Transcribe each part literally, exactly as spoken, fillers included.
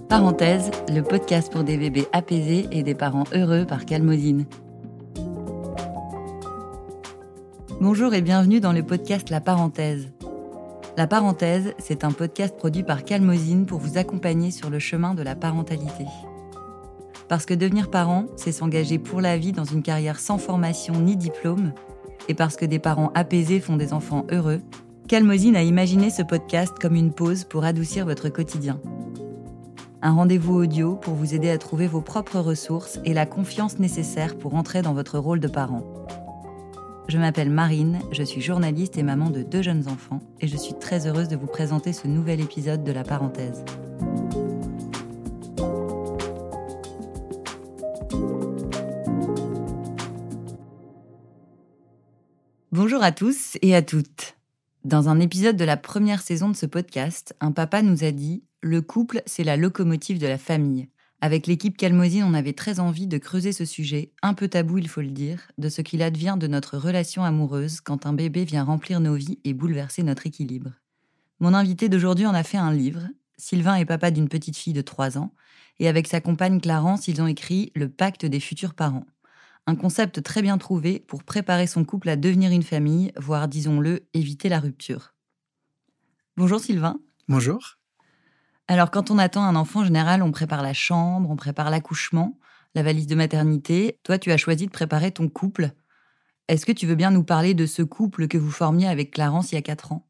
Parenthèse, le podcast pour des bébés apaisés et des parents heureux par Calmosine. Bonjour et bienvenue dans le podcast La Parenthèse. La Parenthèse, c'est un podcast produit par Calmosine pour vous accompagner sur le chemin de la parentalité. Parce que devenir parent, c'est s'engager pour la vie dans une carrière sans formation ni diplôme, et parce que des parents apaisés font des enfants heureux, Calmosine a imaginé ce podcast comme une pause pour adoucir votre quotidien. Un rendez-vous audio pour vous aider à trouver vos propres ressources et la confiance nécessaire pour entrer dans votre rôle de parent. Je m'appelle Marine, je suis journaliste et maman de deux jeunes enfants, et je suis très heureuse de vous présenter ce nouvel épisode de La Parenthèse. Bonjour à tous et à toutes. Dans un épisode de la première saison de ce podcast, un papa nous a dit « Le couple, c'est la locomotive de la famille ». Avec l'équipe Calmosine, on avait très envie de creuser ce sujet, un peu tabou il faut le dire, de ce qu'il advient de notre relation amoureuse quand un bébé vient remplir nos vies et bouleverser notre équilibre. Mon invité d'aujourd'hui en a fait un livre. Sylvain est papa d'une petite fille de trois ans, et avec sa compagne Clarence, ils ont écrit « Le pacte des futurs parents ». Un concept très bien trouvé pour préparer son couple à devenir une famille, voire, disons-le, éviter la rupture. Bonjour Sylvain. Bonjour. Alors, quand on attend un enfant, en général, on prépare la chambre, on prépare l'accouchement, la valise de maternité. Toi, tu as choisi de préparer ton couple. Est-ce que tu veux bien nous parler de ce couple que vous formiez avec Clarence il y a quatre ans ?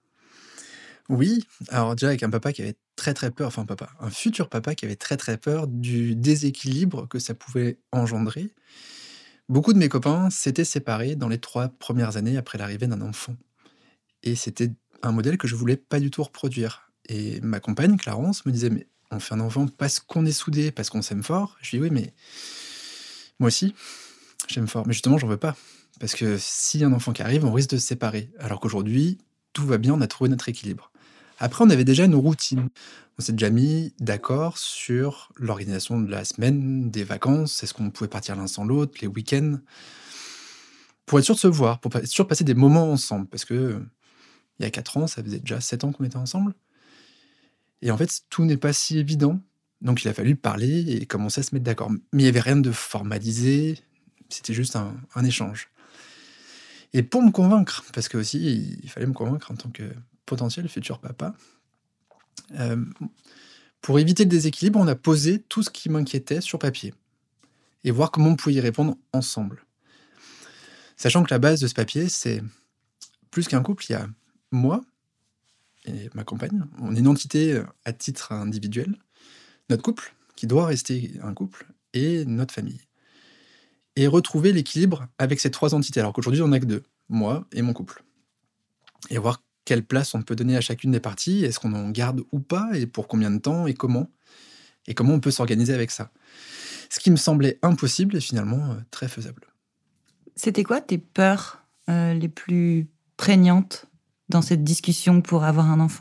Oui, alors déjà avec un papa qui avait très très peur, enfin papa, un futur papa qui avait très très peur du déséquilibre que ça pouvait engendrer. Beaucoup de mes copains s'étaient séparés dans les trois premières années après l'arrivée d'un enfant. Et c'était un modèle que je voulais pas du tout reproduire. Et ma compagne, Clarence, me disait « Mais on fait un enfant parce qu'on est soudés, parce qu'on s'aime fort ?» Je lui dis « Oui, mais moi aussi, j'aime fort. Mais justement, j'en veux pas. Parce que s'il y a un enfant qui arrive, on risque de se séparer. Alors qu'aujourd'hui, tout va bien, on a trouvé notre équilibre. » Après, on avait déjà une routine. On s'est déjà mis d'accord sur l'organisation de la semaine, des vacances, est-ce qu'on pouvait partir l'un sans l'autre, les week-ends, pour être sûr de se voir, pour être sûr de passer des moments ensemble. Parce que il y a quatre ans, ça faisait déjà sept ans qu'on était ensemble. Et en fait, tout n'est pas si évident. Donc, il a fallu parler et commencer à se mettre d'accord. Mais il n'y avait rien de formalisé, c'était juste un, un échange. Et pour me convaincre, parce que aussi, il fallait me convaincre en tant que potentiel futur papa, euh, pour éviter le déséquilibre, on a posé tout ce qui m'inquiétait sur papier et voir comment on pouvait y répondre ensemble. Sachant que la base de ce papier, c'est plus qu'un couple, il y a moi et ma compagne, on est une entité à titre individuel, notre couple, qui doit rester un couple, et notre famille. Et retrouver l'équilibre avec ces trois entités, alors qu'aujourd'hui on n'a que deux, moi et mon couple. Et voir quelle place on peut donner à chacune des parties, est-ce qu'on en garde ou pas, et pour combien de temps, et comment, et comment on peut s'organiser avec ça. Ce qui me semblait impossible est finalement très faisable. C'était quoi tes peurs euh, les plus prégnantes dans cette discussion pour avoir un enfant ?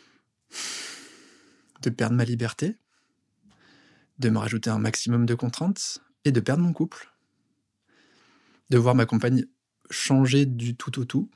De perdre ma liberté, de me rajouter un maximum de contraintes, et de perdre mon couple. De voir ma compagne changer du tout au tout,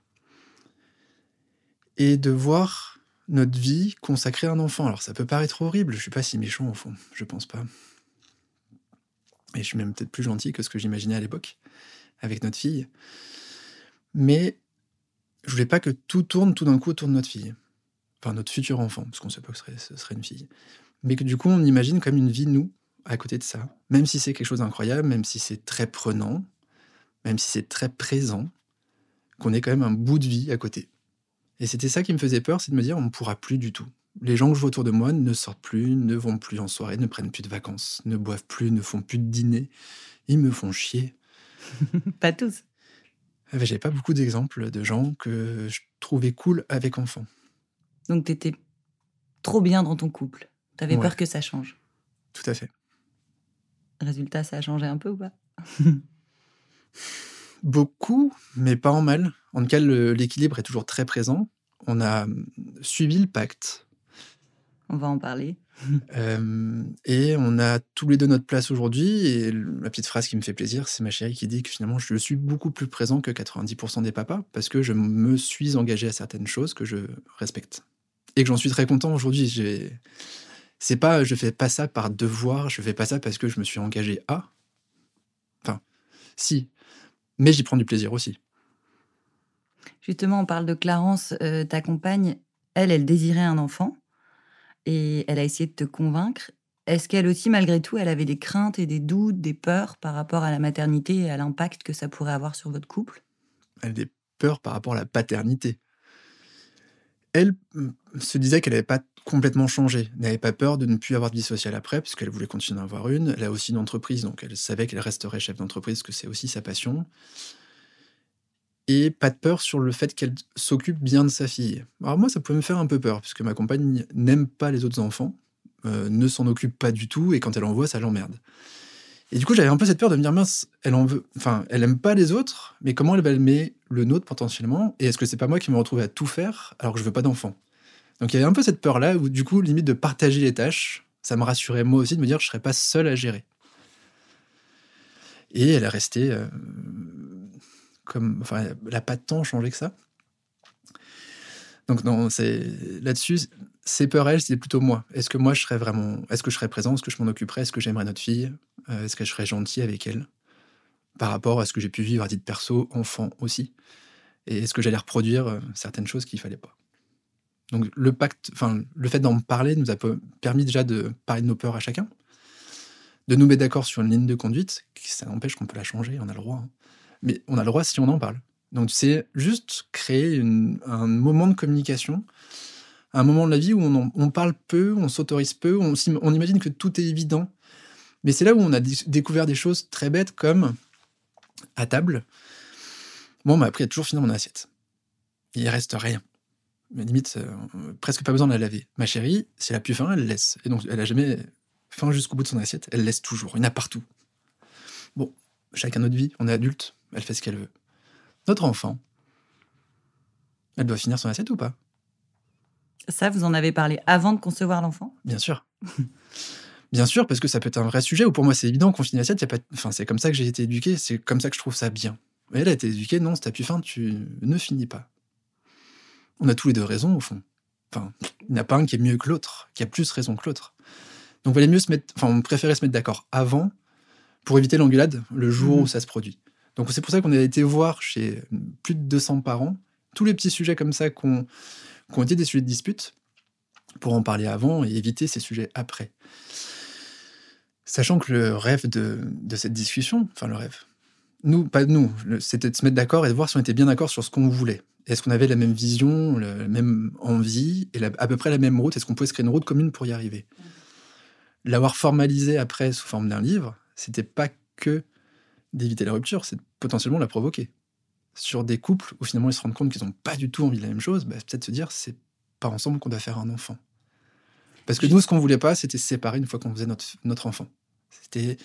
et de voir notre vie consacrée à un enfant. Alors ça peut paraître horrible, je suis pas si méchant au fond, je pense pas. Et je suis même peut-être plus gentil que ce que j'imaginais à l'époque, avec notre fille. Mais je voulais pas que tout tourne tout d'un coup autour de notre fille. Enfin, notre futur enfant, parce qu'on sait pas que ce serait, ce serait une fille. Mais que du coup, on imagine comme une vie, nous, à côté de ça. Même si c'est quelque chose d'incroyable, même si c'est très prenant, même si c'est très présent, qu'on ait quand même un bout de vie à côté. Et c'était ça qui me faisait peur, c'est de me dire on ne pourra plus du tout. Les gens que je vois autour de moi ne sortent plus, ne vont plus en soirée, ne prennent plus de vacances, ne boivent plus, ne font plus de dîner. Ils me font chier. Pas tous. J'avais pas beaucoup d'exemples de gens que je trouvais cool avec enfants. Donc t'étais trop bien dans ton couple. T'avais Ouais. peur que ça change. Tout à fait. Résultat, ça a changé un peu ou pas ? Beaucoup, mais pas en mal. En tout cas, le, l'équilibre est toujours très présent. On a suivi le pacte. On va en parler. Euh, et on a tous les deux notre place aujourd'hui. Et la petite phrase qui me fait plaisir, c'est ma chérie qui dit que finalement, je suis beaucoup plus présent que quatre-vingt-dix pour cent des papas parce que je me suis engagé à certaines choses que je respecte. Et que j'en suis très content aujourd'hui. J'ai... C'est pas, je fais pas ça par devoir, je fais pas ça parce que je me suis engagé à. Enfin, si, mais j'y prends du plaisir aussi. Justement, on parle de Clarence, euh, ta compagne, elle, elle désirait un enfant et elle a essayé de te convaincre. Est-ce qu'elle aussi, malgré tout, elle avait des craintes et des doutes, des peurs par rapport à la maternité et à l'impact que ça pourrait avoir sur votre couple? Elle a des peurs par rapport à la paternité. Elle mm, se disait qu'elle n'avait pas complètement changé, n'avait pas peur de ne plus avoir de vie sociale après, parce qu'elle voulait continuer à avoir une. Elle a aussi une entreprise, donc elle savait qu'elle resterait chef d'entreprise, que c'est aussi sa passion. Et pas de peur sur le fait qu'elle s'occupe bien de sa fille. Alors moi, ça pouvait me faire un peu peur, puisque ma compagne n'aime pas les autres enfants, euh, ne s'en occupe pas du tout, et quand elle en voit, ça l'emmerde. Et du coup, j'avais un peu cette peur de me dire, mince, elle en veut, enfin, elle aime pas les autres, mais comment elle va aimer le nôtre potentiellement? Et est-ce que c'est pas moi qui me retrouve à tout faire alors que je veux pas d'enfant? Donc il y avait un peu cette peur-là, où du coup, limite de partager les tâches, ça me rassurait moi aussi de me dire, je serais pas seul à gérer. Et elle est restée, euh, comme, enfin, elle n'a pas tant changé que ça. Donc non, c'est là-dessus, c'est peur elle, c'est plutôt moi. Est-ce que moi je serais vraiment, est-ce que je serais présent, est-ce que je m'en occuperais, est-ce que j'aimerais notre fille, Euh, est-ce que je serais gentil avec elle, par rapport à ce que j'ai pu vivre à titre perso, enfant aussi, et est-ce que j'allais reproduire euh, certaines choses qu'il fallait pas. Donc le pacte, enfin le fait d'en parler nous a pe- permis déjà de parler de nos peurs à chacun, de nous mettre d'accord sur une ligne de conduite, qui ça n'empêche qu'on peut la changer, on a le droit, hein. Mais on a le droit si on en parle. Donc c'est juste créer une- un moment de communication, un moment de la vie où on, en- on parle peu, on s'autorise peu, on, s'im- on imagine que tout est évident. Mais c'est là où on a dis- découvert des choses très bêtes comme, à table, moi on m'a appris à toujours finir mon assiette. Il reste rien. Mais limite, euh, presque pas besoin de la laver. Ma chérie, si elle a plus faim, elle laisse. Et donc elle a jamais faim jusqu'au bout de son assiette, elle laisse toujours. Il y en a partout. Bon, chacun notre vie, on est adulte, elle fait ce qu'elle veut. Notre enfant, elle doit finir son assiette ou pas? Ça, vous en avez parlé avant de concevoir l'enfant? Bien sûr. Bien sûr, parce que ça peut être un vrai sujet, ou pour moi c'est évident qu'on finit l'assiette, y a pas... enfin, c'est comme ça que j'ai été éduqué, c'est comme ça que je trouve ça bien. Mais elle a été éduquée, non, si t'as plus faim, tu ne finis pas. On a tous les deux raison, au fond. Enfin, il n'y en a pas un qui est mieux que l'autre, qui a plus raison que l'autre. Donc il valait mieux se mettre, enfin, on préférait se mettre d'accord avant, pour éviter l'engueulade le jour Mhm. où ça se produit. Donc c'est pour ça qu'on a été voir chez plus de deux cents parents, tous les petits sujets comme ça qui ont qui ont été des sujets de dispute, pour en parler avant et éviter ces sujets après. Sachant que le rêve de, de cette discussion, enfin le rêve, nous, pas nous, le- c'était de se mettre d'accord et de voir si on était bien d'accord sur ce qu'on voulait. Est-ce qu'on avait la même vision, le- la même envie, et la- à peu près la même route? Est-ce qu'on pouvait se créer une route commune pour y arriver? L'avoir formalisé après sous forme d'un livre, c'était pas que d'éviter la rupture, c'est de potentiellement la provoquer. Sur des couples où finalement ils se rendent compte qu'ils n'ont pas du tout envie de la même chose, bah, peut-être se dire c'est pas ensemble qu'on doit faire un enfant. Parce que Juste- nous, ce qu'on voulait pas, c'était se séparer une fois qu'on faisait notre, notre enfant. C'était,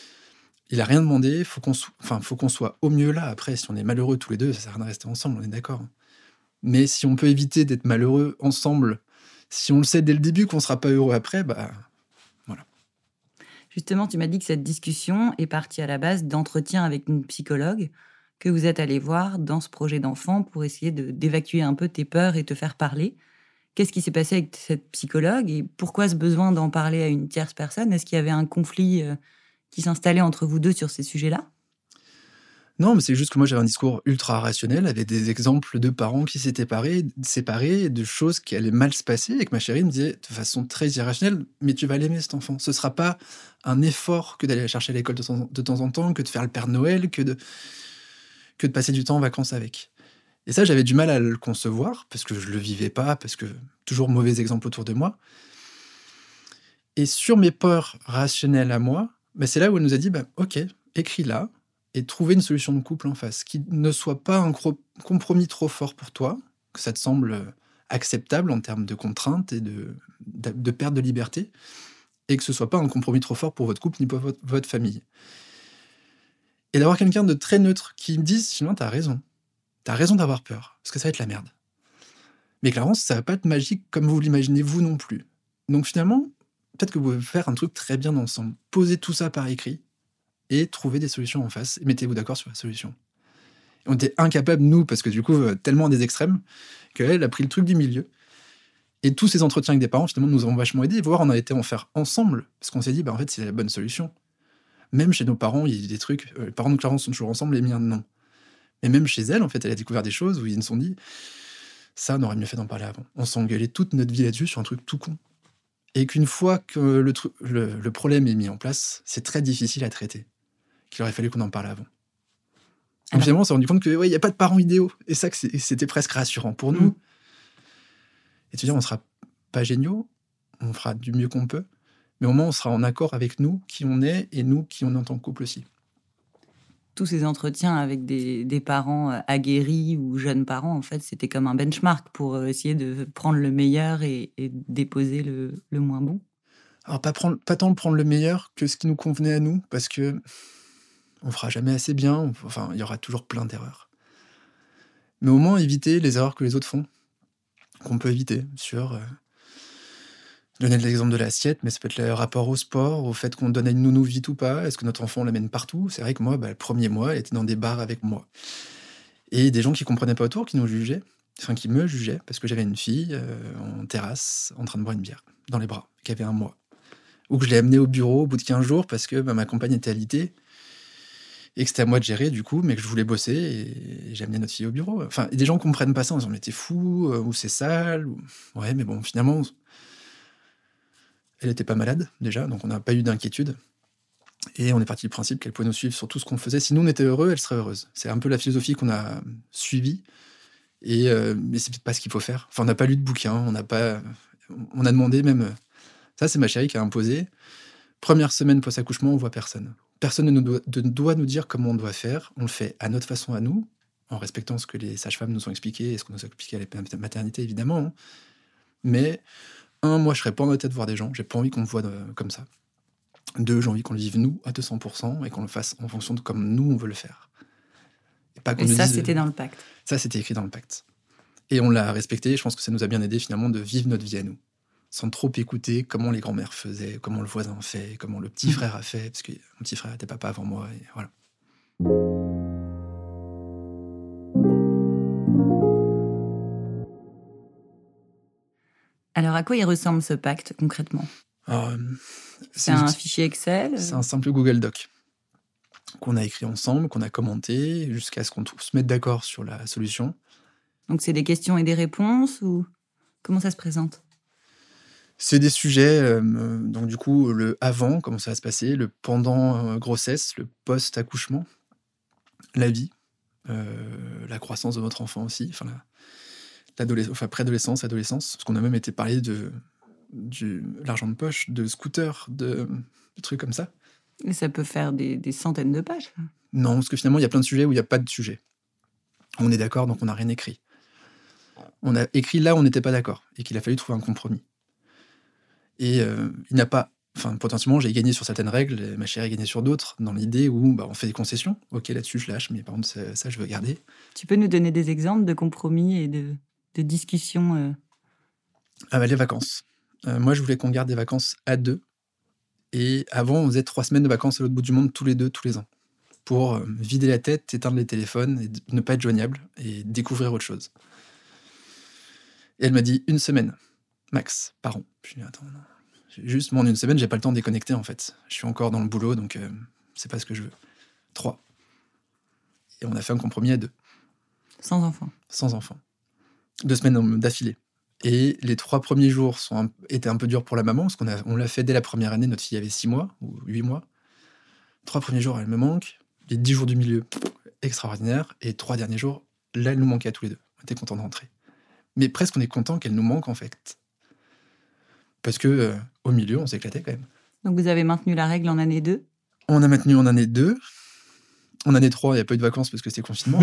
il a rien demandé, faut qu'on, so- enfin, faut qu'on soit au mieux là. Après, si on est malheureux tous les deux, ça sert à rien de rester ensemble, on est d'accord. Mais si on peut éviter d'être malheureux ensemble, si on le sait dès le début qu'on sera pas heureux après, bah voilà. Justement, tu m'as dit que cette discussion est partie à la base d'entretiens avec une psychologue que vous êtes allé voir dans ce projet d'enfant pour essayer de, d'évacuer un peu tes peurs et te faire parler. Qu'est-ce qui s'est passé avec cette psychologue et pourquoi ce besoin d'en parler à une tierce personne? Est-ce qu'il y avait un conflit euh, qui s'installait entre vous deux sur ces sujets-là? Non, mais c'est juste que moi j'avais un discours ultra rationnel avec des exemples de parents qui s'étaient séparés, séparés, de choses qui allaient mal se passer, et que ma chérie me disait de façon très irrationnelle, mais tu vas l'aimer cet enfant. Ce sera pas un effort que d'aller la chercher à l'école de temps, de temps en temps, que de faire le Père Noël, que de, que de passer du temps en vacances avec. Et ça, j'avais du mal à le concevoir, parce que je le vivais pas, parce que toujours mauvais exemples autour de moi. Et sur mes peurs rationnelles à moi, bah, c'est là où elle nous a dit, bah, ok, écris-la, et trouver une solution de couple en face, qui ne soit pas un cro- compromis trop fort pour toi, que ça te semble euh, acceptable en termes de contraintes et de, de, de perte de liberté, et que ce soit pas un compromis trop fort pour votre couple ni pour votre, votre famille. Et d'avoir quelqu'un de très neutre qui me dise, Sylvain, t'as raison, t'as raison d'avoir peur, parce que ça va être la merde. Mais clairement, ça va pas être magique comme vous l'imaginez vous non plus. Donc finalement, peut-être que vous pouvez faire un truc très bien ensemble. Posez tout ça par écrit, et trouver des solutions en face, et mettez-vous d'accord sur la solution. On était incapables, nous, parce que du coup, euh, tellement des extrêmes, qu'elle a pris le truc du milieu, Et tous ces entretiens avec des parents, finalement, nous ont vachement aidés, voire on a été en faire ensemble, parce qu'on s'est dit, bah, en fait, c'est la bonne solution. Même chez nos parents, il y a des trucs, euh, les parents de Clarence sont toujours ensemble, les miens, non. Mais même chez elle, en fait, elle a découvert des choses où ils se sont dit, ça, on aurait mieux fait d'en parler avant. On s'est engueulé toute notre vie là-dessus sur un truc tout con. Et qu'une fois que le, tru- le, le problème est mis en place, c'est très difficile à traiter. Qu'il aurait fallu qu'on en parle avant. Donc Alors, finalement, on s'est rendu compte qu'il ouais, n'y a pas de parents idéaux. Et ça, que c'est- et c'était presque rassurant pour nous. mm. Et de se dire, on sera pas géniaux, on fera du mieux qu'on peut, mais au moins on sera en accord avec nous, qui on est, et nous, qui on est en tant que couple aussi. Tous ces entretiens avec des, des parents euh, aguerris ou jeunes parents, en fait, c'était comme un benchmark pour euh, essayer de prendre le meilleur et, et déposer le, le moins bon. Alors, pas, prendre, pas tant prendre le meilleur que ce qui nous convenait à nous, parce que on fera jamais assez bien, on- enfin, il y aura toujours plein d'erreurs. Mais au moins éviter les erreurs que les autres font, qu'on peut éviter sur... euh, donner l'exemple de l'assiette, mais ça peut être le rapport au sport, au fait qu'on donne à une nounou vite ou pas, est-ce que notre enfant on l'amène partout. C'est vrai que moi, bah, le premier mois, elle était dans des bars avec moi. Et des gens qui comprenaient pas autour, qui nous jugeaient, enfin qui me jugeaient, parce que j'avais une fille euh, en terrasse, en train de boire une bière, dans les bras, qui avait un mois. Ou que je l'ai amenée au bureau au bout de quinze jours, parce que bah, ma compagne était alitée, et que c'était à moi de gérer du coup, mais que je voulais bosser, et j'ai amené notre fille au bureau. Enfin, et des gens comprennent pas ça, en disant, mais t'es fou, euh, ou c'est sale, ou... Ouais, mais bon, finalement... Elle n'était pas malade, déjà, donc on n'a pas eu d'inquiétude. Et on est parti du principe qu'elle pouvait nous suivre sur tout ce qu'on faisait. Si nous, on était heureux, elle serait heureuse. C'est un peu la philosophie qu'on a suivie. Et, euh, mais c'est peut-être pas ce qu'il faut faire. Enfin, on n'a pas lu de bouquin, on n'a pas... On a demandé même... Ça, c'est ma chérie qui a imposé. Première semaine post-accouchement, on voit personne. Personne ne nous doit, de- doit nous dire comment on doit faire. On le fait à notre façon à nous, en respectant ce que les sages-femmes nous ont expliqué et ce qu'on nous a expliqué à la maternité, évidemment. hein. Mais... Un, moi, je serais pas en tête de voir des gens. J'ai pas envie qu'on me voie de- comme ça. Deux, j'ai envie qu'on le vive nous à deux cents pour cent et qu'on le fasse en fonction de comme nous on veut le faire. Et pas qu'on Et nous ça, dise- c'était dans le pacte. Ça, c'était écrit dans le pacte. Et on l'a respecté. Je pense que ça nous a bien aidé finalement de vivre notre vie à nous, sans trop écouter comment les grands-mères faisaient, comment le voisin fait, comment le petit Mhm. frère a fait, parce que mon petit frère était papa avant moi. Et voilà. Alors, à quoi il ressemble ce pacte concrètement? Alors, euh, C'est un juste- fichier Excel? c'est un simple Google Doc qu'on a écrit ensemble, qu'on a commenté, jusqu'à ce qu'on trouve- se mette d'accord sur la solution. Donc, c'est des questions et des réponses ou comment ça se présente? C'est des sujets, euh, donc du coup, le avant, comment ça va se passer, le pendant euh, grossesse, le post-accouchement, la vie, euh, la croissance de votre enfant aussi, enfin, la, l'adolesc- enfin préadolescence, adolescence, parce qu'on a même été parlé de du, l'argent de poche, de scooter, de, de trucs comme ça. Et ça peut faire des, des centaines de pages. ça. Non, parce que finalement, il y a plein de sujets où il n'y a pas de sujet. On est d'accord, donc on n'a rien écrit. On a écrit là où on n'était pas d'accord, et qu'il a fallu trouver un compromis. Et euh, il n'a pas... Enfin, potentiellement, j'ai gagné sur certaines règles, et ma chérie a gagné sur d'autres, dans l'idée où bah, on fait des concessions. Ok, là-dessus, je lâche, mais par contre, ça, ça, je veux garder. Tu peux nous donner des exemples de compromis et de, de discussions euh, Ah bah, les vacances. Euh, moi, je voulais qu'on garde des vacances à deux. Et avant, on faisait trois semaines de vacances à l'autre bout du monde, tous les deux, tous les ans. Pour euh, vider la tête, éteindre les téléphones, et d- ne pas être joignable, et découvrir autre chose. Et elle m'a dit une semaine, max, par an. Je lui ai dit, attends, non. Juste, moi, en une semaine, j'ai pas le temps de déconnecter, en fait. Je suis encore dans le boulot, donc euh, c'est pas ce que je veux. Trois. Et on a fait un compromis à deux, sans enfants. sans enfants. Deux semaines en- d'affilée. Et les trois premiers jours sont un- étaient un peu durs pour la maman, parce qu'on a, on l'a fait dès la première année, notre fille avait six mois, ou huit mois. Trois premiers jours, elle me manque. Les dix jours du milieu, pff, extraordinaire. Et trois derniers jours, là, elle nous manquait à tous les deux. On était contents de rentrer. Mais presque, on est content qu'elle nous manque, en fait. Parce que euh, au milieu, on s'éclatait quand même. Donc, vous avez maintenu la règle en année deux. On a maintenu en année deux. En année trois, il n'y a pas eu de vacances parce que c'était confinement.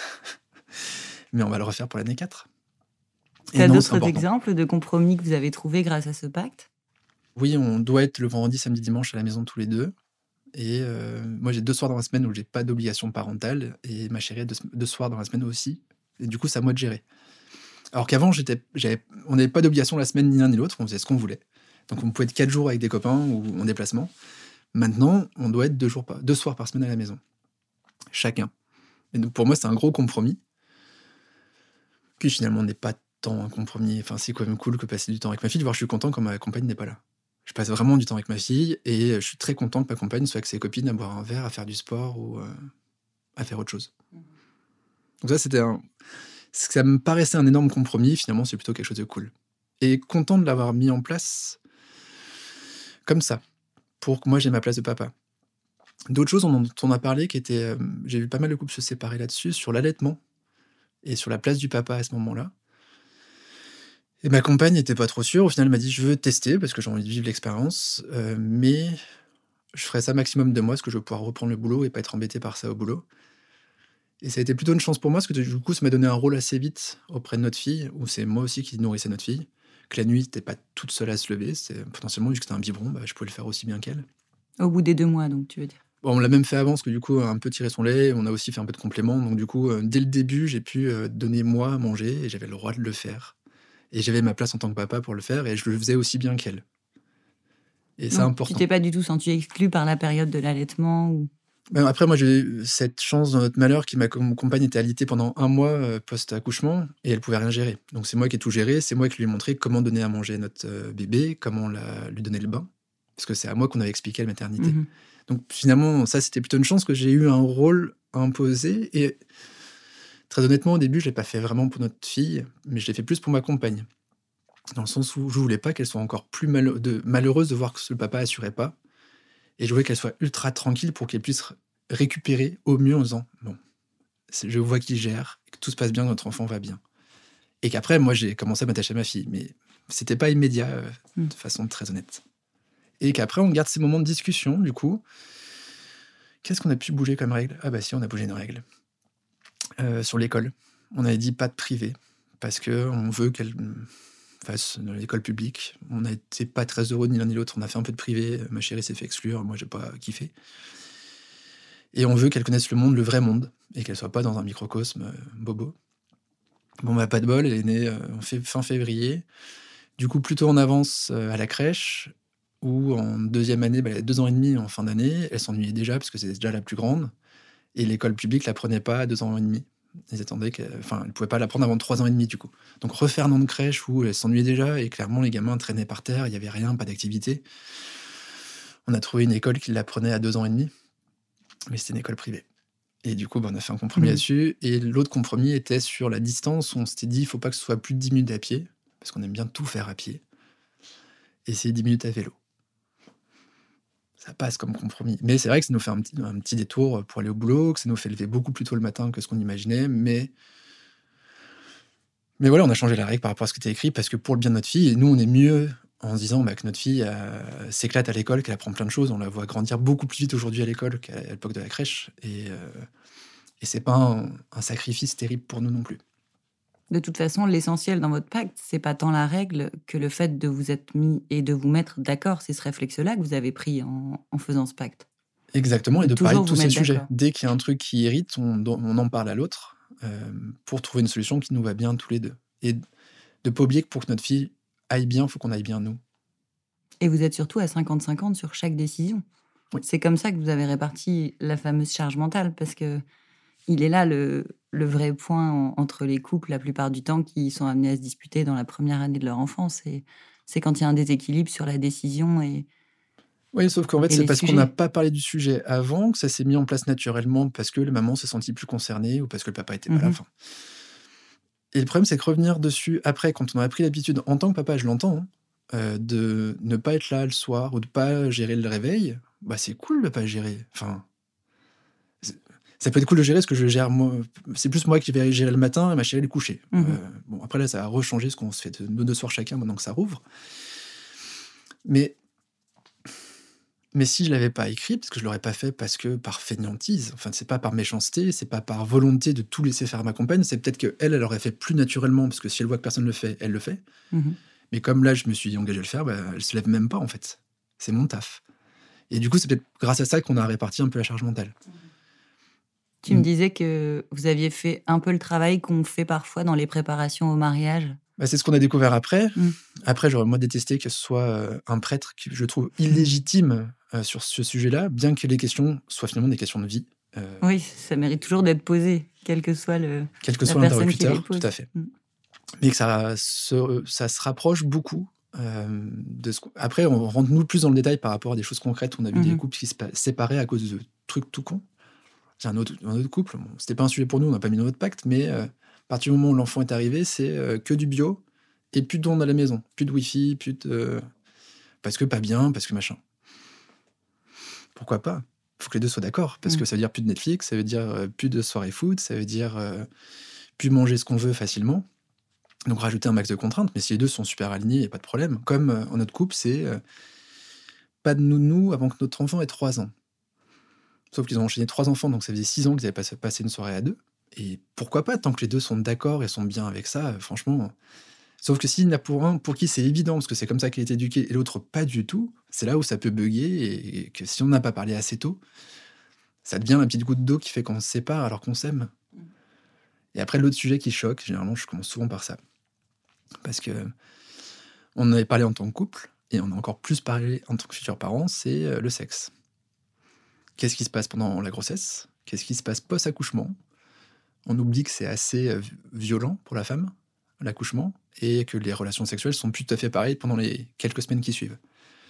Mais on va le refaire pour l'année quatre. Tu as non, c'est d'autres important. exemples de compromis que vous avez trouvés grâce à ce pacte? Oui, on doit être le vendredi, samedi, dimanche à la maison tous les deux. Et euh, moi, j'ai deux soirs dans la semaine où j'ai pas d'obligation parentale. Et ma chérie a deux, deux soirs dans la semaine aussi. Et du coup, c'est à moi de gérer. Alors qu'avant, j'étais, j'avais, on n'avait pas d'obligation la semaine, ni l'un ni l'autre. On faisait ce qu'on voulait. Donc, on pouvait être quatre jours avec des copains ou en déplacement. Maintenant, on doit être deux, jours par, deux soirs par semaine à la maison. Chacun. Et donc, pour moi, c'est un gros compromis. Puis finalement, on n'est pas tant un compromis. Enfin, c'est quand même cool que passer du temps avec ma fille, de voir je suis content quand ma compagne n'est pas là. Je passe vraiment du temps avec ma fille et je suis très content que ma compagne soit avec ses copines à boire un verre, à faire du sport ou euh, à faire autre chose. Donc ça, c'était un... ça me paraissait un énorme compromis. Finalement, c'est plutôt quelque chose de cool. Et content de l'avoir mis en place comme ça, pour que moi, j'ai ma place de papa. D'autres choses dont on a parlé, qui étaient... Euh, j'ai vu pas mal de couples se séparer là-dessus, sur l'allaitement et sur la place du papa à ce moment-là. Et ma compagne n'était pas trop sûre. Au final, elle m'a dit, je veux tester parce que j'ai envie de vivre l'expérience, euh, mais je ferai ça maximum de mois parce que je veux pouvoir reprendre le boulot et pas être embêté par ça au boulot. Et ça a été plutôt une chance pour moi parce que du coup, ça m'a donné un rôle assez vite auprès de notre fille, où c'est moi aussi qui nourrissais notre fille, que la nuit, t'es pas toute seule à se lever. C'est potentiellement, vu que c'était un biberon, bah, je pouvais le faire aussi bien qu'elle. Au bout des deux mois, donc, tu veux dire? Bon, on l'a même fait avant, parce que du coup, un peu tiré son lait, on a aussi fait un peu de compléments. Donc du coup, euh, dès le début, j'ai pu euh, donner moi à manger et j'avais le droit de le faire. Et j'avais ma place en tant que papa pour le faire et je le faisais aussi bien qu'elle. Et c'est Donc, important. Tu t'es pas du tout senti exclu par la période de l'allaitement ou... Ben après, moi, j'ai eu cette chance dans notre malheur que ma com- compagne était alitée pendant un mois euh, post-accouchement et elle pouvait rien gérer. Donc c'est moi qui ai tout géré, c'est moi qui lui ai montré comment donner à manger à notre euh, bébé, comment la- lui donner le bain. Parce que c'est à moi qu'on avait expliqué la maternité. Mhm. Donc finalement, ça, c'était plutôt une chance que j'ai eu un rôle imposé. Et très honnêtement, au début, je l'ai pas fait vraiment pour notre fille, mais je l'ai fait plus pour ma compagne. Dans le sens où je voulais pas qu'elle soit encore plus mal- de- malheureuse de voir que le papa assurait pas. Et je voulais qu'elle soit ultra tranquille pour qu'elle puisse récupérer au mieux en disant bon, c'est- je vois qu'il gère, que tout se passe bien, notre enfant va bien. Et qu'après, moi, j'ai commencé à m'attacher à ma fille, mais c'était pas immédiat, euh, Mm. de façon très honnête. Et qu'après, on garde ces moments de discussion, du coup. Qu'est-ce qu'on a pu bouger comme règle? Ah bah si, on a bougé une règle. Euh, sur l'école, on avait dit pas de privé, parce qu'on veut qu'elle fasse dans l'école publique. On n'était pas très heureux ni l'un ni l'autre, on a fait un peu de privé, ma chérie s'est fait exclure, moi j'ai pas kiffé. Et on veut qu'elle connaisse le monde, le vrai monde, et qu'elle soit pas dans un microcosme euh, bobo. Bon bah pas de bol, elle est née euh, en fait, fin février, du coup plutôt en avance euh, à la crèche, où en deuxième année, bah, elle a deux ans et demi en fin d'année, elle s'ennuyait déjà parce que c'était déjà la plus grande, et l'école publique la prenait pas à deux ans et demi. Ils attendaient qu'elle, enfin, elle pouvait pas la prendre avant trois ans et demi du coup. Donc refaire un an de crèche où elle s'ennuyait déjà et clairement les gamins traînaient par terre, il y avait rien, pas d'activité. On a trouvé une école qui la prenait à deux ans et demi, mais c'était une école privée. Et du coup, bah, on a fait un compromis Mmh. là-dessus. Et l'autre compromis était sur la distance. On s'était dit, il faut pas que ce soit plus de dix minutes à pied, parce qu'on aime bien tout faire à pied. Et c'est dix minutes à vélo. Ça passe comme compromis. Mais c'est vrai que ça nous fait un petit, un petit détour pour aller au boulot, que ça nous fait lever beaucoup plus tôt le matin que ce qu'on imaginait. Mais, mais voilà, on a changé la règle par rapport à ce qui était écrit, parce que pour le bien de notre fille, et nous, on est mieux en se disant bah, que notre fille euh, s'éclate à l'école, qu'elle apprend plein de choses. On la voit grandir beaucoup plus vite aujourd'hui à l'école qu'à l'époque de la crèche. Et, euh, et c'est pas un, un sacrifice terrible pour nous non plus. De toute façon, l'essentiel dans votre pacte, c'est pas tant la règle que le fait de vous être mis et de vous mettre d'accord. C'est ce réflexe-là que vous avez pris en, en faisant ce pacte. Exactement, et de Toujours parler de vous tous ces mettre sujets. d'accord. Dès qu'il y a un truc qui irrite, on, on en parle à l'autre euh, pour trouver une solution qui nous va bien tous les deux. Et de ne pas oublier que pour que notre fille aille bien, il faut qu'on aille bien nous. Et vous êtes surtout à cinquante cinquante sur chaque décision. Oui. C'est comme ça que vous avez réparti la fameuse charge mentale, parce que il est là le, le vrai point en- entre les couples, la plupart du temps, qui sont amenés à se disputer dans la première année de leur enfance. Et c'est quand il y a un déséquilibre sur la décision. Et, Oui, sauf qu'en fait, Et c'est les parce qu'on sujets. n'a pas parlé du sujet avant que ça s'est mis en place naturellement, parce que la maman s'est sentie plus concernée ou parce que le papa était pas là. Mhm. Enfin. Et le problème, c'est que revenir dessus après, quand on a pris l'habitude, en tant que papa, je l'entends, hein, euh, de ne pas être là le soir ou de pas gérer le réveil, bah c'est cool de pas gérer. Enfin, c'est- ça peut être cool de gérer ce que je gère moi. C'est plus moi qui vais gérer le matin et ma chérie est couchée. Mhm. Euh, bon, après là, ça a rechangé ce qu'on se fait de nos deux soirs chacun maintenant que ça rouvre. Mais Mais si je l'avais pas écrit, parce que je l'aurais pas fait parce que par fainéantise, enfin c'est pas par méchanceté, c'est pas par volonté de tout laisser faire à ma compagne, c'est peut-être que elle, elle aurait fait plus naturellement, parce que si elle voit que personne le fait, elle le fait. Mhm. Mais comme là, je me suis engagé à le faire, bah, elle se lève même pas en fait. C'est mon taf. Et du coup, c'est peut-être grâce à ça qu'on a réparti un peu la charge mentale. Tu Mm. me disais que vous aviez fait un peu le travail qu'on fait parfois dans les préparations au mariage. Bah, c'est ce qu'on a découvert après. Mm. Après, j'aurais moi détesté que ce soit euh, un prêtre qui je trouve illégitime euh, sur ce sujet-là, bien que les questions soient finalement des questions de vie. Euh, Oui, ça mérite toujours d'être posé, quel que soit le... quel que La soit personne qui l'interlocuteur, les pose. tout à fait. Mm. mais que ça se, ça se rapproche beaucoup. Euh, de ce... Après, on rentre nous plus dans le détail par rapport à des choses concrètes. On a vu mmh. des couples qui se séparaient à cause de trucs tout cons. J'ai un autre, un autre couple, bon, c'était pas un sujet pour nous, on n'a pas mis dans notre pacte, mais euh, à partir du moment où l'enfant est arrivé, c'est euh, que du bio et plus d'ondes à la maison, plus de wifi, plus de... Euh, parce que pas bien, parce que machin. Pourquoi pas ? Il faut que les deux soient d'accord, parce mmh. que ça veut dire plus de Netflix, ça veut dire euh, plus de soirées foot, ça veut dire euh, plus manger ce qu'on veut facilement. Donc rajouter un max de contraintes, mais si les deux sont super alignés, il n'y a pas de problème. Comme euh, en notre couple, c'est euh, pas de nounou avant que notre enfant ait trois ans. Sauf qu'ils ont enchaîné trois enfants, donc ça faisait six ans qu'ils avaient passé une soirée à deux. Et pourquoi pas, tant que les deux sont d'accord et sont bien avec ça, euh, franchement. Sauf que s'il y en a pour un pour qui c'est évident, parce que c'est comme ça qu'il est éduqué, et l'autre pas du tout, c'est là où ça peut bugger, et que si on n'a pas parlé assez tôt, ça devient la petite goutte d'eau qui fait qu'on se sépare alors qu'on s'aime. Et après, l'autre sujet qui choque, généralement, je commence souvent par ça. Parce que on en avait parlé en tant que couple, et on a encore plus parlé en tant que futurs parents, c'est le sexe. Qu'est-ce qui se passe pendant la grossesse ? Qu'est-ce qui se passe post-accouchement ? On oublie que c'est assez violent pour la femme, l'accouchement, et que les relations sexuelles sont plus tout à fait pareilles pendant les quelques semaines qui suivent.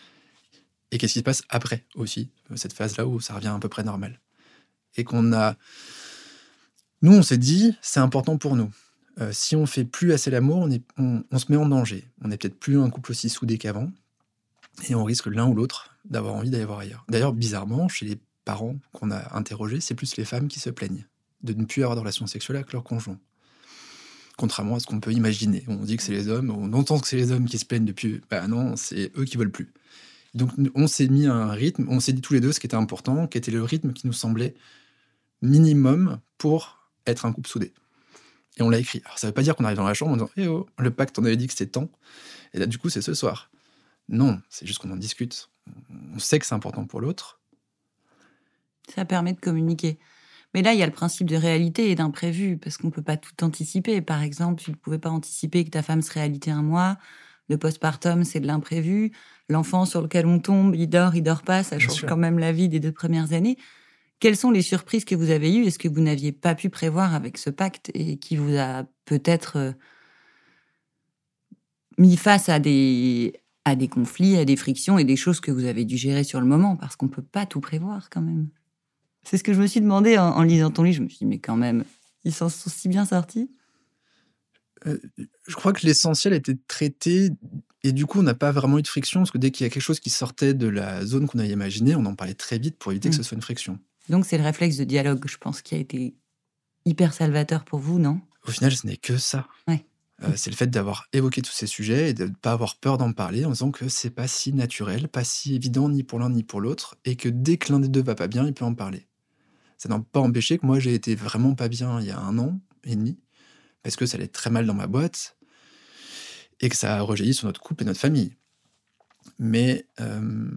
Et qu'est-ce qui se passe après aussi, cette phase-là où ça revient à peu près normal. Et qu'on a... Nous, on s'est dit, c'est important pour nous. Euh, si on fait plus assez l'amour, on, est, on, on se met en danger. On n'est peut-être plus un couple aussi soudé qu'avant, et on risque l'un ou l'autre d'avoir envie d'aller voir ailleurs. D'ailleurs, bizarrement, chez les parents qu'on a interrogés, c'est plus les femmes qui se plaignent de ne plus avoir de relations sexuelles avec leur conjoint. Contrairement à ce qu'on peut imaginer. On dit que c'est les hommes, on entend que c'est les hommes qui se plaignent depuis... Bah non, c'est eux qui veulent plus. Donc on s'est mis à un rythme, on s'est dit tous les deux ce qui était important, qui était le rythme qui nous semblait minimum pour être un couple soudé. Et on l'a écrit. Alors ça veut pas dire qu'on arrive dans la chambre en disant eh oh, le pacte, on avait dit que c'était tant. Et là, du coup, c'est ce soir. Non, c'est juste qu'on en discute. On sait que c'est important pour l'autre. Ça permet de communiquer. Mais là, il y a le principe de réalité et d'imprévu, parce qu'on ne peut pas tout anticiper. Par exemple, tu ne pouvais pas anticiper que ta femme serait alitée un mois. Le postpartum, c'est de l'imprévu. L'enfant sur lequel on tombe, il dort, il dort pas. Ça change quand même la vie des deux premières années. Quelles sont les surprises que vous avez eues ? Est-ce que vous n'aviez pas pu prévoir avec ce pacte et qui vous a peut-être euh, mis face à des, à des conflits, à des frictions et des choses que vous avez dû gérer sur le moment, parce qu'on ne peut pas tout prévoir quand même. C'est ce que je me suis demandé en, en lisant ton livre. Je me suis dit, mais quand même, ils s'en sont si bien sortis. Euh, je crois que l'essentiel était traité, et du coup, on n'a pas vraiment eu de friction, parce que dès qu'il y a quelque chose qui sortait de la zone qu'on avait imaginée, on en parlait très vite pour éviter mmh. que ce soit une friction. Donc, c'est le réflexe de dialogue, je pense, qui a été hyper salvateur pour vous, non ? Au final, ce n'est que ça. Ouais. Euh, c'est le fait d'avoir évoqué tous ces sujets et de ne pas avoir peur d'en parler en disant que c'est pas si naturel, pas si évident ni pour l'un ni pour l'autre, et que dès que l'un des deux va pas bien, il peut en parler. Ça n'a pas empêché que moi, j'ai été vraiment pas bien il y a un an et demi, parce que ça allait très mal dans ma boîte, et que ça a rejailli sur notre couple et notre famille. Mais, euh...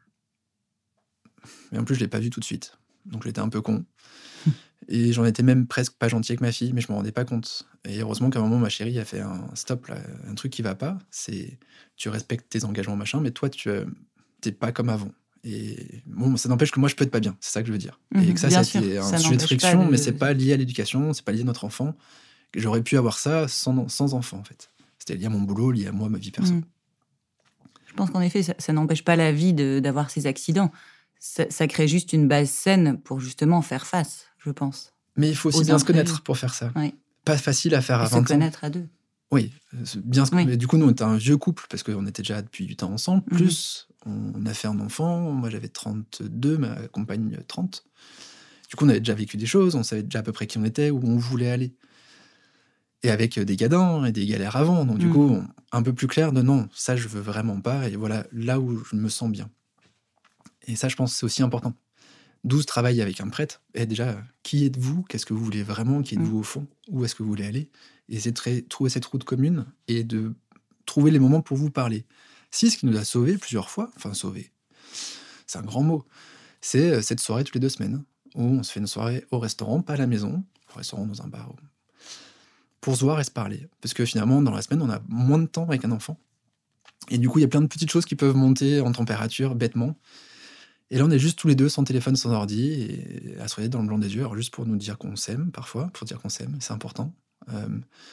Mais en plus, je l'ai pas vu tout de suite. Donc j'étais un peu con. Et j'en étais même presque pas gentil avec ma fille, mais je me rendais pas compte. Et heureusement qu'à un moment, ma chérie a fait un stop, là, un truc qui va pas. C'est tu respectes tes engagements, machin, mais toi, tu t'es pas comme avant. Et bon, ça n'empêche que moi, je peux être pas bien. C'est ça que je veux dire. Mmh, et que ça, c'était un sujet de friction, de... mais c'est pas lié à l'éducation, c'est pas lié à notre enfant. J'aurais pu avoir ça sans, sans enfant, en fait. C'était lié à mon boulot, lié à moi, ma vie perso. Mmh. Je pense qu'en effet, ça, ça n'empêche pas la vie de, d'avoir ces accidents. Ça, ça crée juste une base saine pour justement faire face, je pense. Mais il faut aussi bien se connaître pour faire ça. Oui. Pas facile à faire à Et vingt ans. Se connaître à deux. Oui, bien se... oui. Mais du coup, nous, on était un vieux couple parce qu'on était déjà depuis du temps ensemble. Mmh. Plus, on a fait un enfant. Moi, j'avais trente-deux, ma compagne trente. Du coup, on avait déjà vécu des choses. On savait déjà à peu près qui on était, où on voulait aller. Et avec des gadins et des galères avant. Donc, du mmh. coup, on... un peu plus clair de non, ça, je veux vraiment pas. Et voilà, là où je me sens bien. Et ça, je pense, c'est aussi important. D'où ce travail avec un prêtre. Et déjà, qui êtes-vous ? Qu'est-ce que vous voulez vraiment ? Qui êtes-vous au fond ? Où est-ce que vous voulez aller ? Et essayer de trouver cette route commune et de trouver les moments pour vous parler. Si ce qui nous a sauvés plusieurs fois, enfin sauvés, c'est un grand mot, c'est cette soirée toutes les deux semaines, où on se fait une soirée au restaurant, pas à la maison, au restaurant, dans un bar, pour se voir et se parler. Parce que finalement, dans la semaine, on a moins de temps avec un enfant. Et du coup, il y a plein de petites choses qui peuvent monter en température, bêtement. Et là, on est juste tous les deux, sans téléphone, sans ordi, et à se regarder dans le blanc des yeux, alors juste pour nous dire qu'on s'aime, parfois, pour dire qu'on s'aime, c'est important. Euh,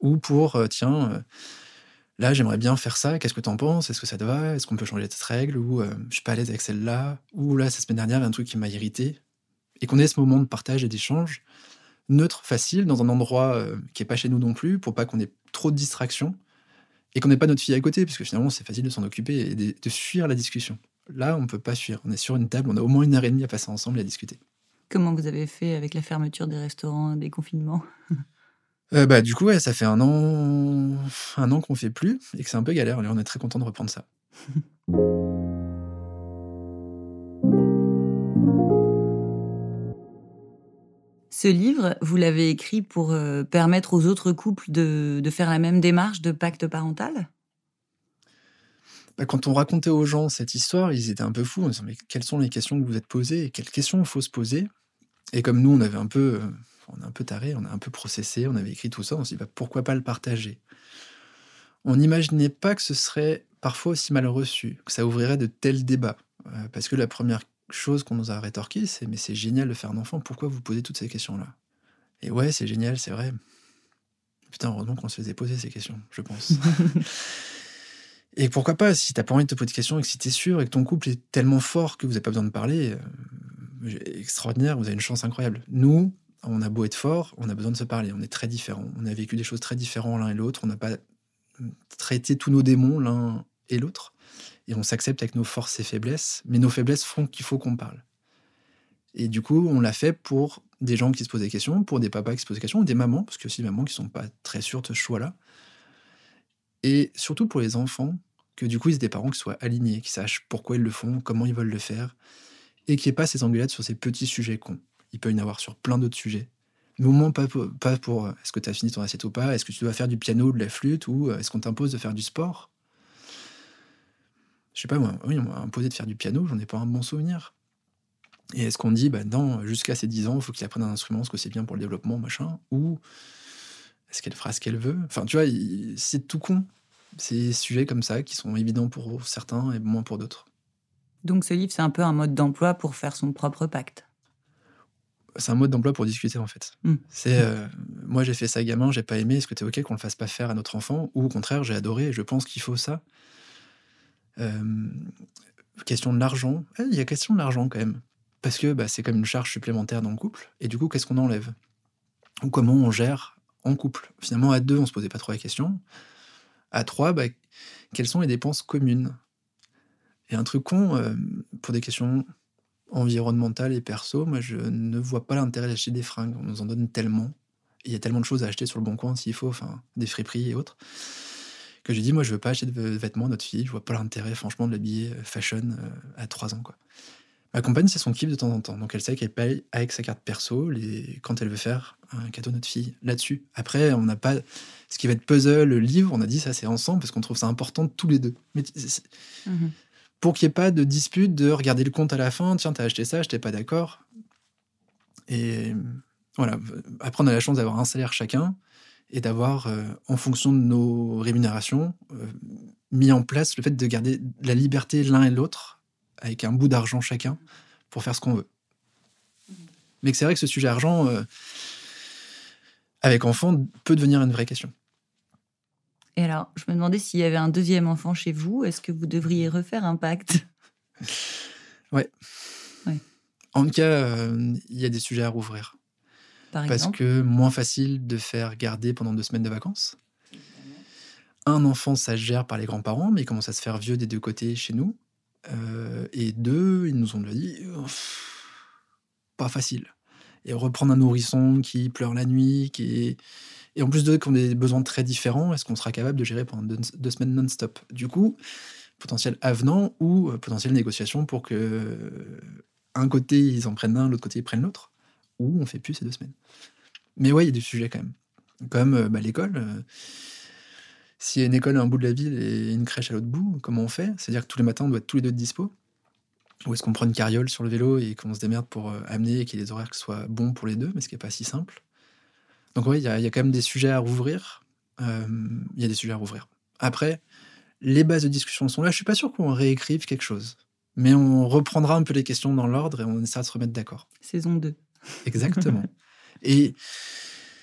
ou pour, euh, tiens, euh, là, j'aimerais bien faire ça, qu'est-ce que t'en penses? Est-ce que ça te va? Est-ce qu'on peut changer cette règle? Ou euh, je suis pas à l'aise avec celle-là? Ou là, cette semaine dernière, il y a un truc qui m'a irrité. Et qu'on ait ce moment de partage et d'échange, neutre, facile, dans un endroit euh, qui est pas chez nous non plus, pour pas qu'on ait trop de distractions, et qu'on n'ait pas notre fille à côté, parce que finalement, c'est facile de s'en occuper et de, de fuir la discussion. Là, on peut pas fuir. On est sur une table, on a au moins une heure et demie à passer ensemble et à discuter. Comment vous avez fait avec la fermeture des restaurants, des confinements? Euh, bah, du coup, ouais, ça fait un an, un an qu'on fait plus, et que c'est un peu galère. Là, on est très content de reprendre ça. Ce livre, vous l'avez écrit pour euh, permettre aux autres couples de, de faire la même démarche de pacte parental? Bah, quand on racontait aux gens cette histoire, ils étaient un peu fous. On se disait, mais quelles sont les questions que vous êtes posées et quelles questions il faut se poser? Et comme nous, on avait un peu, euh, on est un peu taré, on a un peu processé, on avait écrit tout ça, on s'est dit, bah, pourquoi pas le partager? On n'imaginait pas que ce serait parfois aussi mal reçu, que ça ouvrirait de tels débats. Euh, parce que la première chose qu'on nous a rétorqué, c'est, mais c'est génial de faire un enfant, pourquoi vous posez toutes ces questions-là? Et ouais, c'est génial, c'est vrai. Putain, heureusement qu'on se faisait poser ces questions, je pense. Et pourquoi pas, si t'as pas envie de te poser de questions et que si t'es sûr et que ton couple est tellement fort que vous n'avez pas besoin de parler, euh, extraordinaire, vous avez une chance incroyable. Nous, on a beau être fort, on a besoin de se parler, on est très différents. On a vécu des choses très différentes l'un et l'autre, on n'a pas traité tous nos démons l'un et l'autre, et on s'accepte avec nos forces et faiblesses, mais nos faiblesses font qu'il faut qu'on parle. Et du coup, on l'a fait pour des gens qui se posent des questions, pour des papas qui se posent des questions, ou des mamans, parce qu'il y a aussi des mamans qui sont pas très sûres de ce choix-là. Et surtout pour les enfants, que du coup, ils aient des parents qui soient alignés, qui sachent pourquoi ils le font, comment ils veulent le faire, et qu'il n'y ait pas ces engueulades sur ces petits sujets cons. Il peut y en avoir sur plein d'autres sujets. Mais au moins, pas pour, pas pour euh, est-ce que tu as fini ton assiette ou pas, est-ce que tu dois faire du piano, de la flûte, ou euh, est-ce qu'on t'impose de faire du sport? Je sais pas, moi, oui, on m'a imposé de faire du piano, j'en ai pas un bon souvenir. Et est-ce qu'on dit, bah non, jusqu'à ses dix ans, il faut qu'il apprenne un instrument, parce que c'est bien pour le développement, machin, ou est-ce qu'elle fera ce qu'elle veut? Enfin, tu vois, il- c'est tout con. C'est des sujets comme ça qui sont évidents pour certains et moins pour d'autres. Donc ce livre, c'est un peu un mode d'emploi pour faire son propre pacte. C'est un mode d'emploi pour discuter, en fait. Mm. C'est, euh, moi, j'ai fait ça gamin, j'ai pas aimé, est-ce que t'es OK qu'on le fasse pas faire à notre enfant? Ou au contraire, j'ai adoré et je pense qu'il faut ça. Euh, question de l'argent. Eh, il y a question de l'argent quand même. Parce que bah, c'est comme une charge supplémentaire dans le couple. Et du coup, qu'est-ce qu'on enlève? Ou comment on gère en couple? Finalement, à deux, on se posait pas trop la question. À trois, bah, quelles sont les dépenses communes? Et un truc con, euh, pour des questions environnementales et perso, moi je ne vois pas l'intérêt d'acheter des fringues. On nous en donne tellement. Il y a tellement de choses à acheter sur le bon coin s'il faut, enfin des friperies et autres, que j'ai dit moi je veux pas acheter de vêtements à notre fille, je vois pas l'intérêt franchement de l'habiller fashion euh, à trois ans quoi. Ma compagne c'est son kiff de temps en temps, donc elle sait qu'elle paye avec sa carte perso les... quand elle veut faire un cadeau à notre fille là-dessus. Après on n'a pas ce qui va être puzzle, le livre, on a dit ça c'est ensemble parce qu'on trouve ça important tous les deux. Mais c'est... Mmh. Pour qu'il n'y ait pas de dispute de regarder le compte à la fin, tiens, t'as acheté ça, je n'étais pas d'accord. Et voilà, après on a la chance d'avoir un salaire chacun et d'avoir, euh, en fonction de nos rémunérations, euh, mis en place le fait de garder la liberté l'un et l'autre, avec un bout d'argent chacun, pour faire ce qu'on veut. Mais que c'est vrai que ce sujet argent, euh, avec enfant, peut devenir une vraie question. Et alors, je me demandais s'il y avait un deuxième enfant chez vous, est-ce que vous devriez refaire un pacte? Ouais. Ouais. En tout cas, il euh, y a des sujets à rouvrir. Par Parce exemple? que moins facile de faire garder pendant deux semaines de vacances. Un enfant, ça se gère par les grands-parents, mais il commence à se faire vieux des deux côtés chez nous. Euh, et deux, ils nous ont déjà dit, oh, pas facile. Et reprendre un nourrisson qui pleure la nuit, qui est... Et en plus d'eux qui ont des besoins très différents, est-ce qu'on sera capable de gérer pendant deux, deux semaines non-stop? Du coup, potentiel avenant ou euh, potentielle négociation pour que euh, un côté ils en prennent un, l'autre côté ils prennent l'autre, ou on fait plus ces deux semaines. Mais ouais, il y a des sujets quand même. Comme euh, bah, l'école. Euh, s'il y a une école à un bout de la ville et une crèche à l'autre bout, comment on fait? C'est-à-dire que tous les matins on doit être tous les deux dispo? Ou est-ce qu'on prend une carriole sur le vélo et qu'on se démerde pour euh, amener et qu'il y ait des horaires qui soient bons pour les deux, mais ce qui n'est pas si simple? Donc oui, il y, y a quand même des sujets à rouvrir. Il euh, y a des sujets à rouvrir. Après, les bases de discussion sont là. Je suis pas sûr qu'on réécrive quelque chose. Mais on reprendra un peu les questions dans l'ordre et on essaiera de se remettre d'accord. Saison deux. Exactement. et,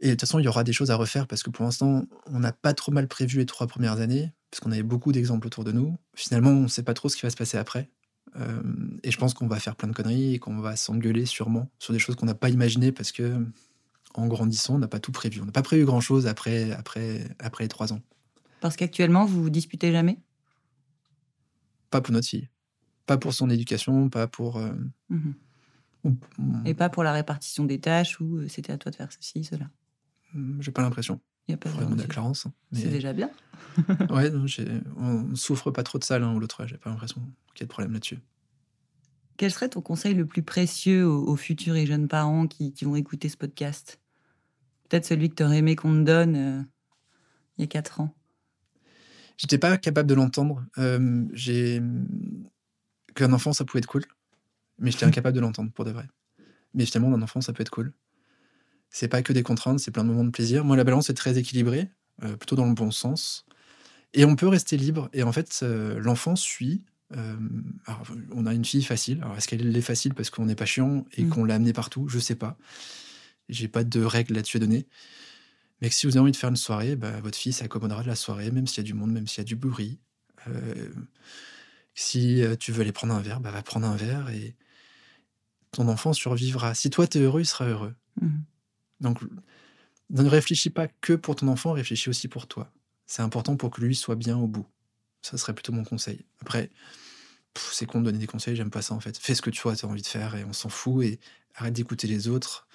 Et de toute façon, il y aura des choses à refaire parce que pour l'instant, on n'a pas trop mal prévu les trois premières années, parce qu'on avait beaucoup d'exemples autour de nous. Finalement, on ne sait pas trop ce qui va se passer après. Euh, et je pense qu'on va faire plein de conneries et qu'on va s'engueuler sûrement sur des choses qu'on n'a pas imaginées parce que, en grandissant, on n'a pas tout prévu. On n'a pas prévu grand-chose après, après, après les trois ans. Parce qu'actuellement, vous vous disputez jamais ? Pas pour notre fille. Pas pour son éducation, pas pour... Euh... Mmh. Et pas pour la répartition des tâches où euh, c'était à toi de faire ceci, cela. J'ai pas l'impression. Il n'y a pas de demander à Clarence. Mais... C'est déjà bien. Ouais, non, j'ai... on souffre pas trop de ça l'un ou l'autre. J'ai pas l'impression qu'il y ait de problème là-dessus. Quel serait ton conseil le plus précieux aux, aux futurs et jeunes parents qui, qui vont écouter ce podcast ? Peut-être celui que tu aurais aimé qu'on te donne euh, il y a quatre ans. J'étais pas capable de l'entendre. Euh, j'ai... Qu'un enfant, ça pouvait être cool. Mais j'étais incapable de l'entendre, pour de vrai. Mais finalement, un enfant, ça peut être cool. C'est pas que des contraintes, c'est plein de moments de plaisir. Moi, la balance est très équilibrée, euh, plutôt dans le bon sens. Et on peut rester libre. Et en fait, euh, l'enfant suit. Euh, alors, on a une fille facile. Alors, est-ce qu'elle est facile parce qu'on n'est pas chiant et mmh. qu'on l'a amenée partout ? Je sais pas. J'ai pas de règles là-dessus à donner. Mais que si vous avez envie de faire une soirée, bah, votre fille s'accommodera de la soirée, même s'il y a du monde, même s'il y a du bruit. Euh, si tu veux aller prendre un verre, bah, va prendre un verre et ton enfant survivra. Si toi, t'es heureux, il sera heureux. Mmh. Donc, ne réfléchis pas que pour ton enfant, réfléchis aussi pour toi. C'est important pour que lui soit bien au bout. Ça serait plutôt mon conseil. Après, pff, c'est con de donner des conseils, j'aime pas ça en fait. Fais ce que tu as envie de faire et on s'en fout et arrête d'écouter les autres.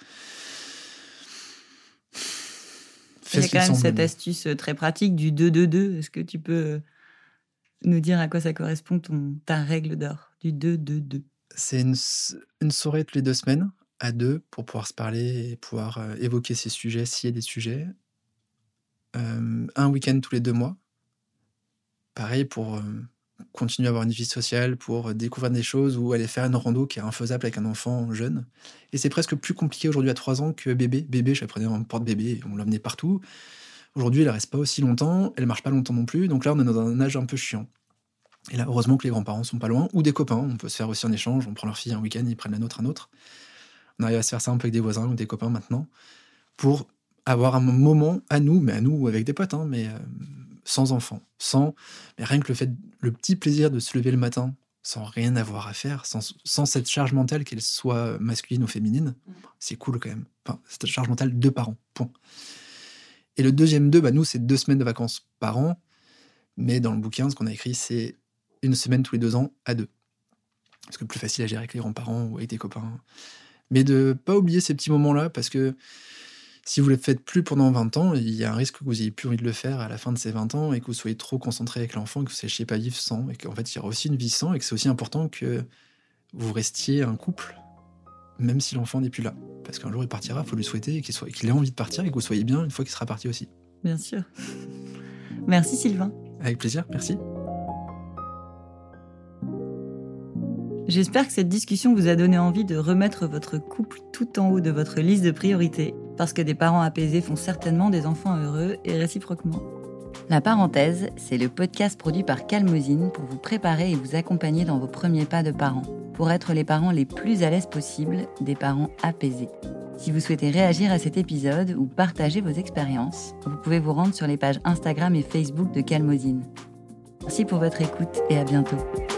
Fais Il y a quand même cette mieux. Astuce très pratique du deux deux deux. Est-ce que tu peux nous dire à quoi ça correspond, ton, ta règle d'or du deux deux deux ? C'est une, une soirée toutes les deux semaines, à deux, pour pouvoir se parler et pouvoir euh, évoquer ces sujets, s'il y a des sujets. Euh, un week-end tous les deux mois. Pareil, pour euh, continuer à avoir une vie sociale, pour découvrir des choses ou aller faire une rando qui est infaisable avec un enfant jeune. Et c'est presque plus compliqué aujourd'hui à trois ans que bébé. Bébé, je la prenais en porte-bébé, on l'emmenait partout. Aujourd'hui, elle ne reste pas aussi longtemps, elle ne marche pas longtemps non plus, donc là, on est dans un âge un peu chiant. Et là, heureusement que les grands-parents sont pas loin, ou des copains, on peut se faire aussi un échange, on prend leur fille un week-end, ils prennent la nôtre un autre. On arrive à se faire ça un peu avec des voisins ou des copains maintenant, pour avoir un moment à nous, mais à nous ou avec des potes, hein, mais euh, sans enfants, sans, mais rien que le fait, le petit plaisir de se lever le matin, sans rien avoir à faire, sans, sans cette charge mentale, qu'elle soit masculine ou féminine, c'est cool quand même. Enfin, cette charge mentale de parents, point. Et le deuxième deux, bah nous, c'est deux semaines de vacances par an, mais dans le bouquin, ce qu'on a écrit, c'est une semaine tous les deux ans à deux. Parce que plus facile à gérer avec les grands-parents ou avec des copains. Mais de ne pas oublier ces petits moments-là, parce que si vous ne le faites plus pendant vingt ans, il y a un risque que vous n'ayez plus envie de le faire à la fin de ces vingt ans et que vous soyez trop concentré avec l'enfant et que vous ne sachiez pas vivre sans. Et qu'en fait, il y aura aussi une vie sans et que c'est aussi important que vous restiez un couple, même si l'enfant n'est plus là. Parce qu'un jour, il partira, il faut lui souhaiter qu'il, soit, qu'il ait envie de partir et que vous soyez bien une fois qu'il sera parti aussi. Bien sûr. Merci Sylvain. Avec plaisir, merci. J'espère que cette discussion vous a donné envie de remettre votre couple tout en haut de votre liste de priorités, parce que des parents apaisés font certainement des enfants heureux et réciproquement. La parenthèse, c'est le podcast produit par Calmosine pour vous préparer et vous accompagner dans vos premiers pas de parents, pour être les parents les plus à l'aise possible, des parents apaisés. Si vous souhaitez réagir à cet épisode ou partager vos expériences, vous pouvez vous rendre sur les pages Instagram et Facebook de Calmosine. Merci pour votre écoute et à bientôt.